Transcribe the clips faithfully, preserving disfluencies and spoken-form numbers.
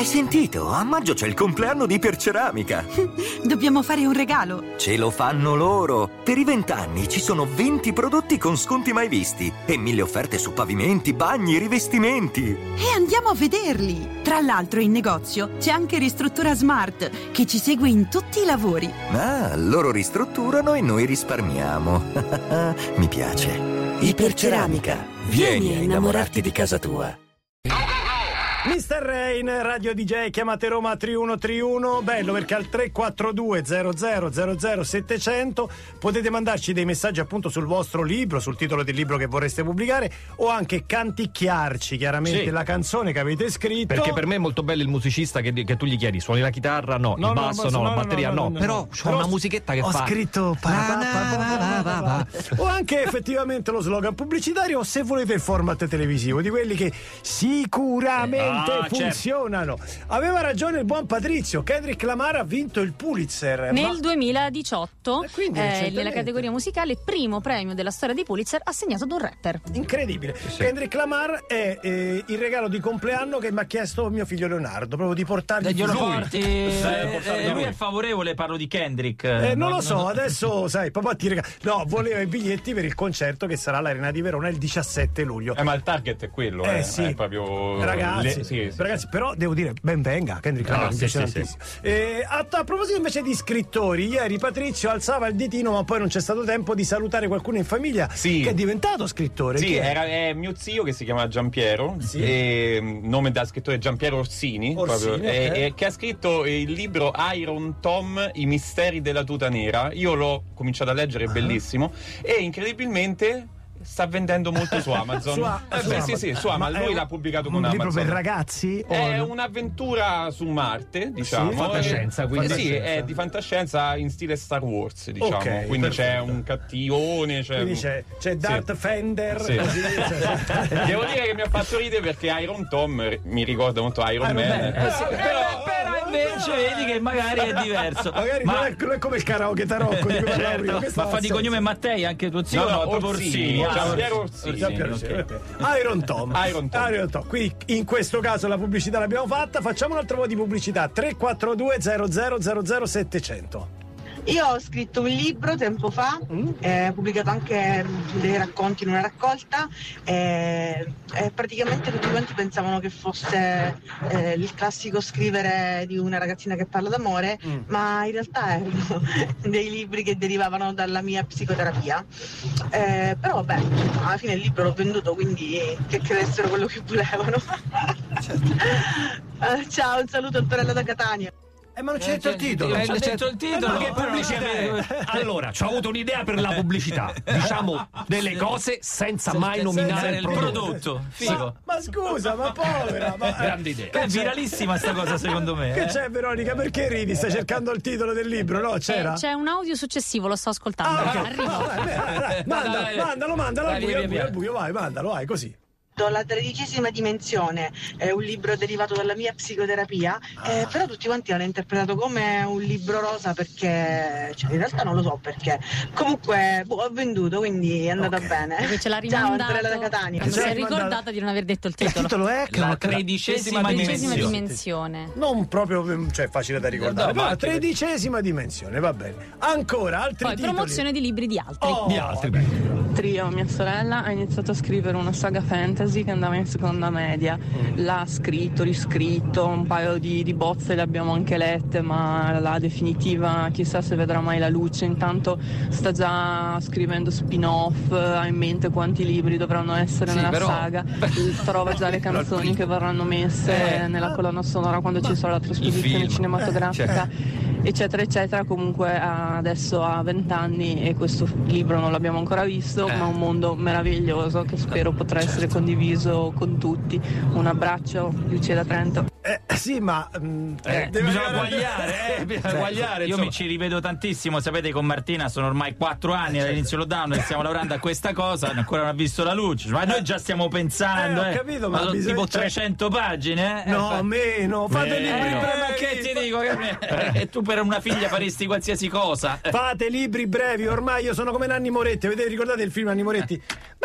Hai sentito? A maggio c'è il compleanno di Iperceramica. Dobbiamo fare un regalo. Ce lo fanno loro. Per i vent'anni ci sono venti prodotti con sconti mai visti e mille offerte su pavimenti, bagni, rivestimenti. E andiamo a vederli. Tra l'altro in negozio c'è anche Ristruttura Smart che ci segue in tutti i lavori. Ah, loro ristrutturano e noi risparmiamo. Mi piace. Iperceramica. Vieni a innamorarti di casa tua. mister Rain, Radio D J, chiamate Roma tre uno tre uno, bello perché al tre quattro due zero zero zero zero settecento potete mandarci dei messaggi appunto sul vostro libro, sul titolo del libro che vorreste pubblicare o anche canticchiarci chiaramente sì. la canzone che avete scritto. Perché per me è molto bello il musicista che, che tu gli chiedi suoni la chitarra, no, no il no, basso no, no, no, la batteria no, no, no, no, però no. c'ho Però una musichetta che ho fa Ho scritto pa, pa, pa, pa, pa, pa. O anche effettivamente lo slogan pubblicitario, o se volete il format televisivo di quelli che sicuramente Ah, funzionano. Aveva ragione il buon Patrizio, Kendrick Lamar ha vinto il Pulitzer nel ma... duemiladiciotto, quindi eh, recentemente. nella categoria musicale, primo premio della storia di Pulitzer assegnato ad un rapper. Incredibile. Sì. Kendrick Lamar è eh, il regalo di compleanno che mi ha chiesto mio figlio Leonardo, proprio di portargli Glielo lui. porti, eh, eh, lui è favorevole, parlo di Kendrick. Eh, non No, lo so, no. adesso sai, papà ti regala. No, voleva i biglietti per il concerto che sarà all'Arena di Verona il diciassette luglio. Eh, ma il target è quello, Eh, eh, sì. è proprio Ragazzi, le- sì, sì, ragazzi, però devo dire, ben venga, Kendrick Lamar, Ah, mi sì, piace sì, tantissimo. Eh, a, a proposito invece di scrittori, ieri Patrizio alzava il ditino, ma poi non c'è stato tempo di salutare qualcuno in famiglia Sì. che è diventato scrittore. Sì, Chi è? era, è mio zio che si chiama Giampiero, Sì. e, mm, nome da scrittore Giampiero Orsini, Orsini, proprio, e- ok. e che ha scritto il libro Iron Tom, I misteri della tuta nera. Io l'ho cominciato a leggere, è bellissimo, e incredibilmente sta vendendo molto su Amazon. Su A- Eh, su beh, Amazon. sì, sì, su Ma Amazon. è Lui un- l'ha pubblicato un con libro Amazon. per ragazzi? o- È un'avventura su Marte, diciamo. Sì, fantascienza, Eh, quindi. Sì, Fantascienza. è di fantascienza in stile Star Wars, diciamo. Ok, quindi c'è perfetto. un cattivone. C'è Quindi un- c'è, c'è Darth Sì. Fender. Sì. Così, cioè- Devo dire che mi ha fatto ridere perché Iron Tom mi ricorda molto Iron, Iron Man. Man. Eh, sì, Eh, però, Però invece vedi che magari è diverso. Magari ma, non, è, non è come il karaoke tarocco di cui parlavo certo, prima. Questo ma ha fa di senso. cognome Mattei anche tuo zio? No, no, è proprio Orsini, Ah, Giampiero Orsini. Orsini. Giampiero ok. Orsini, ok. Iron Tom. Iron Tom. Iron Tom. Qui in questo caso la pubblicità l'abbiamo fatta, facciamo un altro po' di pubblicità. tre quattro due zero zero zero zero settecento. Io ho scritto un libro tempo fa, Mm. eh, pubblicato anche dei racconti in una raccolta, eh, e praticamente tutti quanti pensavano che fosse eh, il classico scrivere di una ragazzina che parla d'amore, Mm. ma in realtà erano dei libri che derivavano dalla mia psicoterapia. Eh, però vabbè, alla fine il libro l'ho venduto, quindi che credessero quello che volevano. Eh, ciao, un saluto Antonella da Catania. Eh, ma non c'è detto il titolo. Eh, C'è c'è detto il titolo. Ma che però- pubblicità è? Allora, ci ho avuto un'idea per la pubblicità. Diciamo delle cose senza mai nominare il prodotto. Figo. Ma scusa, ma povera. Ma, Grande idea. È viralissima sta cosa secondo me. Che eh. c'è, Veronica? Perché ridi? Stai cercando il titolo del libro, no? C'era? Eh, c'è un audio successivo, lo sto ascoltando. Ah, ok. Arrivo. Vai, vai, vai, vai. Manda, Dai, dai. mandalo, mandalo al Dai, buio, via, al buio, via. al buio, vai, mandalo, vai, così. La tredicesima dimensione è un libro derivato dalla mia psicoterapia, eh, però tutti quanti l'hanno interpretato come un libro rosa perché, cioè, in realtà non lo so perché. Comunque boh, ho venduto, quindi è andata Ok. bene. Perché ce l'ha Ciao, rimandato. Antonella da Catania. Non si Ce l'ha è rimandato. ricordata di non aver detto il Il titolo. titolo è che La non- tredicesima Tredicesima dimensione. dimensione. non proprio cioè, facile da ricordare, No, però ma la anche- tredicesima dimensione, va bene. Ancora altri Poi titoli. promozione di libri di altri. Oh, Di altri, beh. Trio, mia sorella ha iniziato a scrivere una saga fantasy che andava in seconda media. L'ha scritto, riscritto, un paio di, di bozze le abbiamo anche lette, ma la definitiva chissà se vedrà mai la luce. Intanto sta già scrivendo spin-off, ha in mente quanti libri dovranno essere Sì, nella però- saga, trova già le canzoni che verranno messe Eh. nella colonna sonora quando ci sarà la trasposizione film. cinematografica. Eccetera eccetera. Comunque ha- adesso ha vent'anni e questo libro non l'abbiamo ancora visto, Eh. ma è un mondo meraviglioso che spero potrà essere condiviso con tutti. Un abbraccio, Lucia da Trento. Eh, sì, ma mm, Eh, deve bisogna arrivare- guagliare, eh, bisogna Cioè, guagliare. Io insomma. mi ci rivedo tantissimo, sapete, con Martina sono ormai quattro anni dall'inizio lockdown e stiamo lavorando a questa cosa, ancora non ha visto la luce. Ma noi già stiamo pensando, Eh, ho eh. capito, ma sono bisogna- tipo cioè- trecento pagine, eh. No, Eh, fa- meno, fate Eh, libri no. brevi. Ma che ti dico? Che... E tu per una figlia faresti qualsiasi cosa. Fate libri brevi, ormai io sono come Nanni Moretti, avete ricordato il film Nanni Moretti? Beh,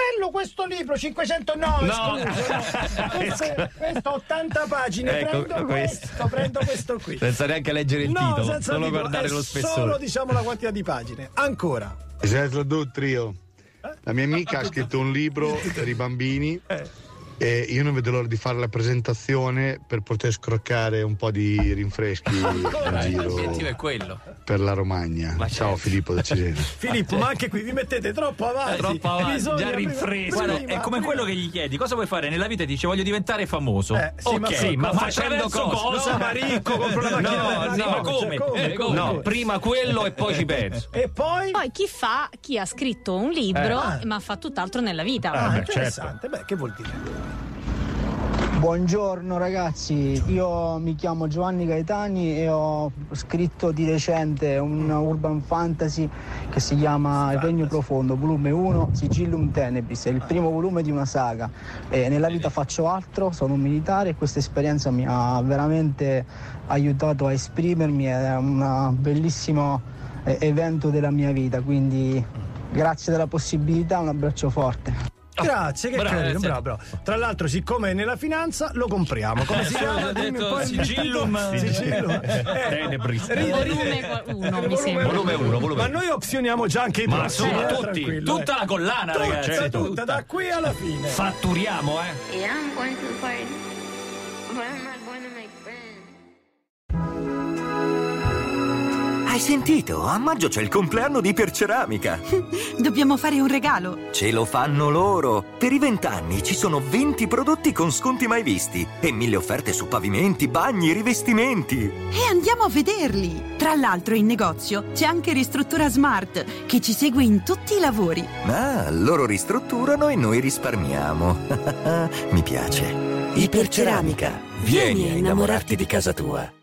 bello questo libro, cinquecentonove, No. scusa. Questo, questo ottanta pagine, Ecco, prendo questo. questo, prendo questo qui. Senza neanche leggere il No, titolo, senza solo titolo, guardare è lo spessore. solo, diciamo, la quantità di pagine. Ancora. Esatto, trio. La mia amica ha scritto un libro per i bambini e io non vedo l'ora di fare la presentazione per poter scroccare un po' di rinfreschi in giro L'obiettivo è quello. per la Romagna. Ma Ciao certo. Filippo da Cesena. Filippo, ma anche qui vi mettete troppo avanti. Eh, troppo avanti, Bisogna già prima- rinfresco. prima- Guarda, è come prima- quello che gli chiedi: cosa vuoi fare nella vita? E dice voglio diventare famoso. Eh, sì, ok, ma- Sì, ma, Ma facendo attraverso cosa? cosa? No, ma ricco, compro una macchina No, bella. sì, No, ma cioè, come? come, Eh, come? No, prima quello e poi ci penso. E poi? Poi chi fa, chi ha scritto un libro, Eh. ma fa tutt'altro nella vita. Ah, beh, interessante. Beh, che vuol dire? Buongiorno ragazzi, io mi chiamo Giovanni Gaetani e ho scritto di recente un urban fantasy che si chiama Il Regno Profondo, volume uno, Sigillum Tenebris, è il primo volume di una saga. E nella vita faccio altro, sono un militare e questa esperienza mi ha veramente aiutato a esprimermi, è un bellissimo eh, evento della mia vita, quindi grazie della possibilità, un abbraccio forte. Grazie, che bravo, carino, sì. bravo, bravo. Tra l'altro, siccome è nella finanza, lo compriamo. Come si Eh, chiama? ho Dimmi detto un po' il Sigillum. Sigillum. Eh, Tenebris. ride- Volume uno, mi sembra. Volume uno, volume Ma uno. noi opzioniamo già anche i Ma prossimi, sono eh, tutti, tranquillo, Tutta eh. la collana, Tutta, ragazzi. tutta, tutta. da qui alla fine. Fatturiamo, eh. Yeah, I'm going to the party, but I'm not going to make friends. Hai sentito? A maggio c'è il compleanno di Iperceramica. Dobbiamo fare un regalo. Ce lo fanno loro. Per i vent'anni ci sono venti prodotti con sconti mai visti e mille offerte su pavimenti, bagni, rivestimenti. E andiamo a vederli. Tra l'altro in negozio c'è anche Ristruttura Smart che ci segue in tutti i lavori. Ah, loro ristrutturano e noi risparmiamo. Mi piace. Iperceramica. Vieni a innamorarti di casa tua.